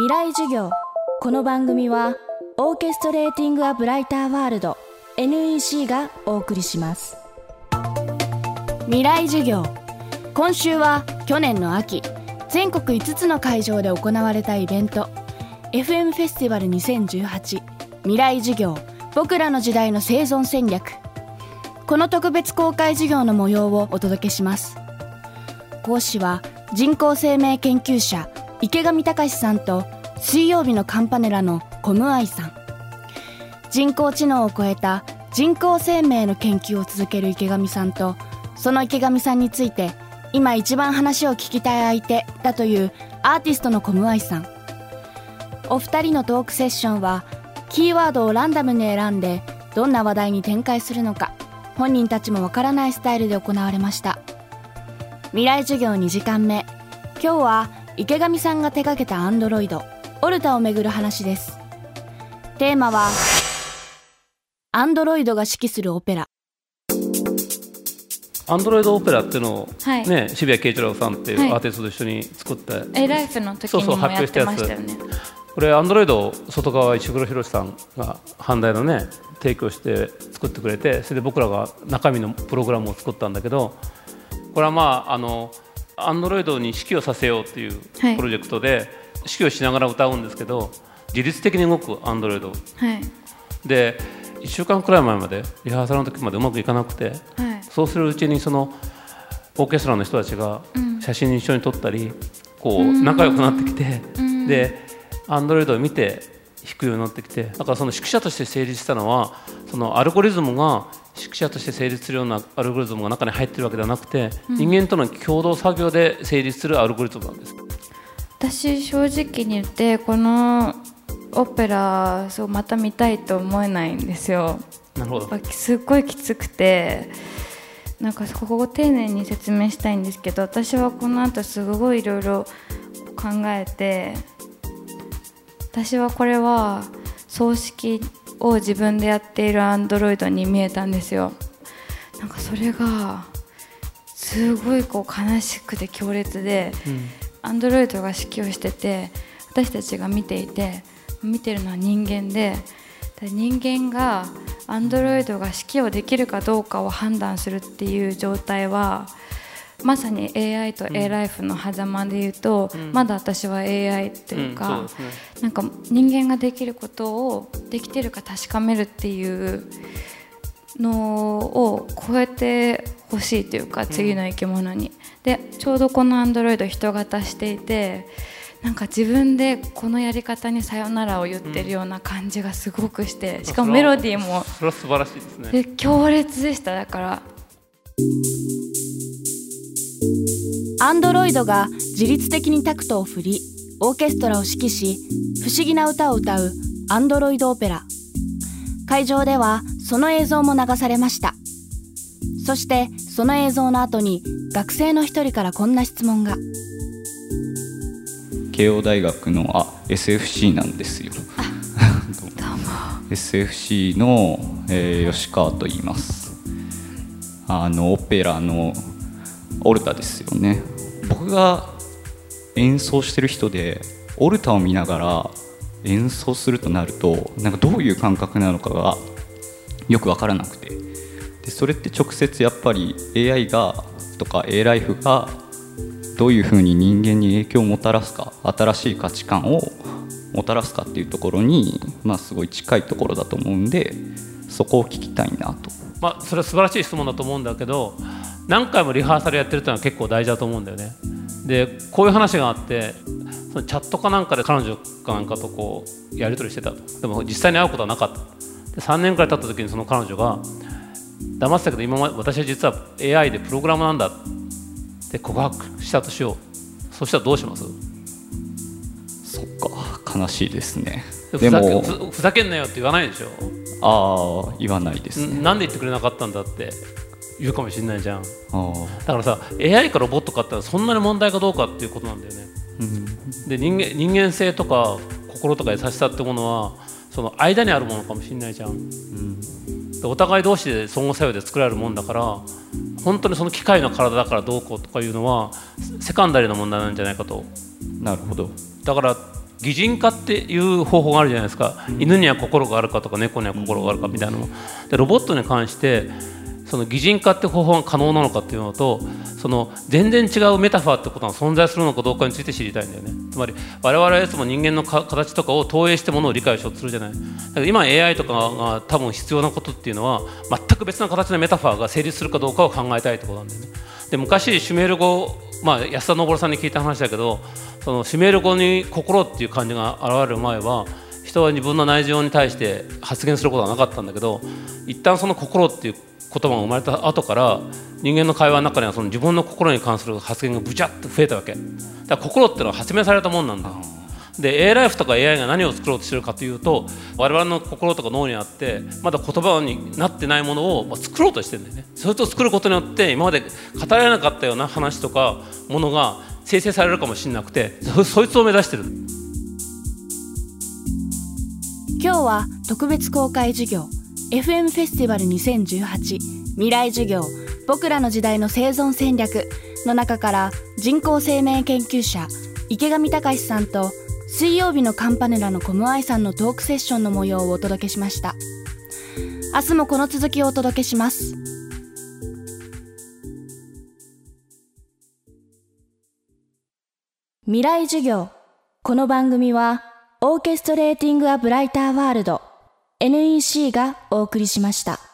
未来授業。この番組はオーケストレーティング・ア・ブライター・ワールド NEC がお送りします。未来授業。今週は去年の秋、全国5つの会場で行われたイベント FM フェスティバル2018未来授業、僕らの時代の生存戦略。この特別公開授業の模様をお届けします。講師は人工生命研究者池上隆さんと水曜日のカンパネラのコムアイさん。人工知能を超えた人工生命の研究を続ける池上さんと、その池上さんについて今一番話を聞きたい相手だというアーティストのコムアイさん。お二人のトークセッションはキーワードをランダムに選んでどんな話題に展開するのか、本人たちもわからないスタイルで行われました。未来授業2時間目。今日は池上さんが手掛けたアンドロイドオルタをめぐる話です。テーマはアンドロイドが指揮するオペラ。 アンドロイドオペラっていうのを、 はいね、渋谷慶一郎さんっていうアーティストと一緒に作った、 ライフの時にもやってましたよね。 これアンドロイドを外側石黒博さんが阪大のね提供して作ってくれて、それで僕らが中身のプログラムを作ったんだけど、これはアンドロイドに指揮をさせようっていうプロジェクトで、指揮をしながら歌うんですけど、自律的に動くアンドロイド、で1週間くらい前までリハーサルの時までうまくいかなくて、そうするうちにそのオーケストラの人たちが写真一緒に撮ったり、こう仲良くなってきて、でアンドロイドを見て弾くようになってきて、だからその指揮者として成立したのは、そのアルゴリズムが指揮者として成立するようなアルゴリズムが中に入ってるわけではなくて、人間との共同作業で成立するアルゴリズムなんです。 私正直に言ってこのオペラそうまた見たいと思えないんですよ。 なるほど。 すっごいきつくて、なんかここを丁寧に説明したいんですけど、私はこの後すごいいろいろ考えて、私はこれは葬式を自分でやっているアンドロイドに見えたんですよ。なんかそれがすごいこう悲しくて強烈で、アンドロイドが指揮をしてて、私たちが見ていて、見てるのは人間で、人間がアンドロイドが指揮をできるかどうかを判断するっていう状態は、まさに AI と A ライフの狭間で言うと、まだ私は AI というか、なんか人間ができることをできてるか確かめるっていうのを超えてほしいというか、次の生き物に。でちょうどこのアンドロイド人型していて、なんか自分でこのやり方にさよならを言ってるような感じがすごくして、しかもメロディーもそれは素晴らしいですね。 で強烈でした。だからアンドロイドが自律的にタクトを振り、オーケストラを指揮し、不思議な歌を歌うアンドロイドオペラ。会場ではその映像も流されました。そしてその映像の後に学生の一人からこんな質問が。 慶応大学のSFC なんですよ。 どうも。 SFC の、吉川と言います。オペラのオルタですよね。僕が演奏してる人でオルタを見ながら演奏するとなると、なんかどういう感覚なのかがよく分からなくて、でそれって直接やっぱり AI がとか A ライフがどういうふうに人間に影響をもたらすか、新しい価値観をもたらすかっていうところに、すごい近いところだと思うんで、そこを聞きたいなと。 それは素晴らしい質問だと思うんだけど、何回もリハーサルやってるっていうのは結構大事だと思うんだよね。でこういう話があって、そのチャットかなんかで彼女かなんかとこうやり取りしてたと。でも実際に会うことはなかった。で3年くらい経った時にその彼女が黙ってたけど、今まで私は実は AI でプログラムなんだって告白したとしよう。そしたらどうします？ そっか、悲しいですね。 でもふざけんなよって言わないでしょ。 言わないですね。 なんで言ってくれなかったんだって言うかもしれないじゃん。だからさ、 AI かロボットかってそんなに問題かどうかっていうことなんだよね。で人間性とか心とか優しさってものはその間にあるものかもしれないじゃん。でお互い同士で相互作用で作られるもんだから、本当にその機械の体だからどうこうとかいうのはセカンダリーな問題なんじゃないかと。 なるほど。 だから擬人化っていう方法があるじゃないですか。犬には心があるかとか猫には心があるかみたいなので、ロボットに関してその擬人化って方法が可能なのかっていうのと、その全然違うメタファーってことが存在するのかどうかについて知りたいんだよね。つまり我々はいつも人間の形とかを投影してものを理解しようとするじゃない。だけど今 AI とかが多分必要なことっていうのは全く別な形のメタファーが成立するかどうかを考えたいってことなんだよね。で昔シュメール語、安田昇さんに聞いた話だけど、そのシュメール語に心っていう漢字が現れる前は人は自分の内情に対して発言することはなかったんだけど、一旦その心っていう言葉が生まれた後から人間の会話の中にはその自分の心に関する発言がブチャッと増えたわけだから心っていうのは発明されたもんなんだよ。で A ライフとか AI が何を作ろうとしてるかというと、我々の心とか脳にあってまだ言葉になってないものを作ろうとしてるんだよね。それと作ることによって今まで語られなかったような話とかものが生成されるかもしれなくて、そいつを目指してる。 今日は特別公開授業 FM フェスティバル2018未来授業僕らの時代の生存戦略の中から人工生命研究者池上隆さんと水曜日のカンパネラのコムアイさんのトークセッションの模様をお届けしました。明日もこの続きをお届けします。未来授業。この番組はオーケストレーティングアブライターワールド NEC がお送りしました。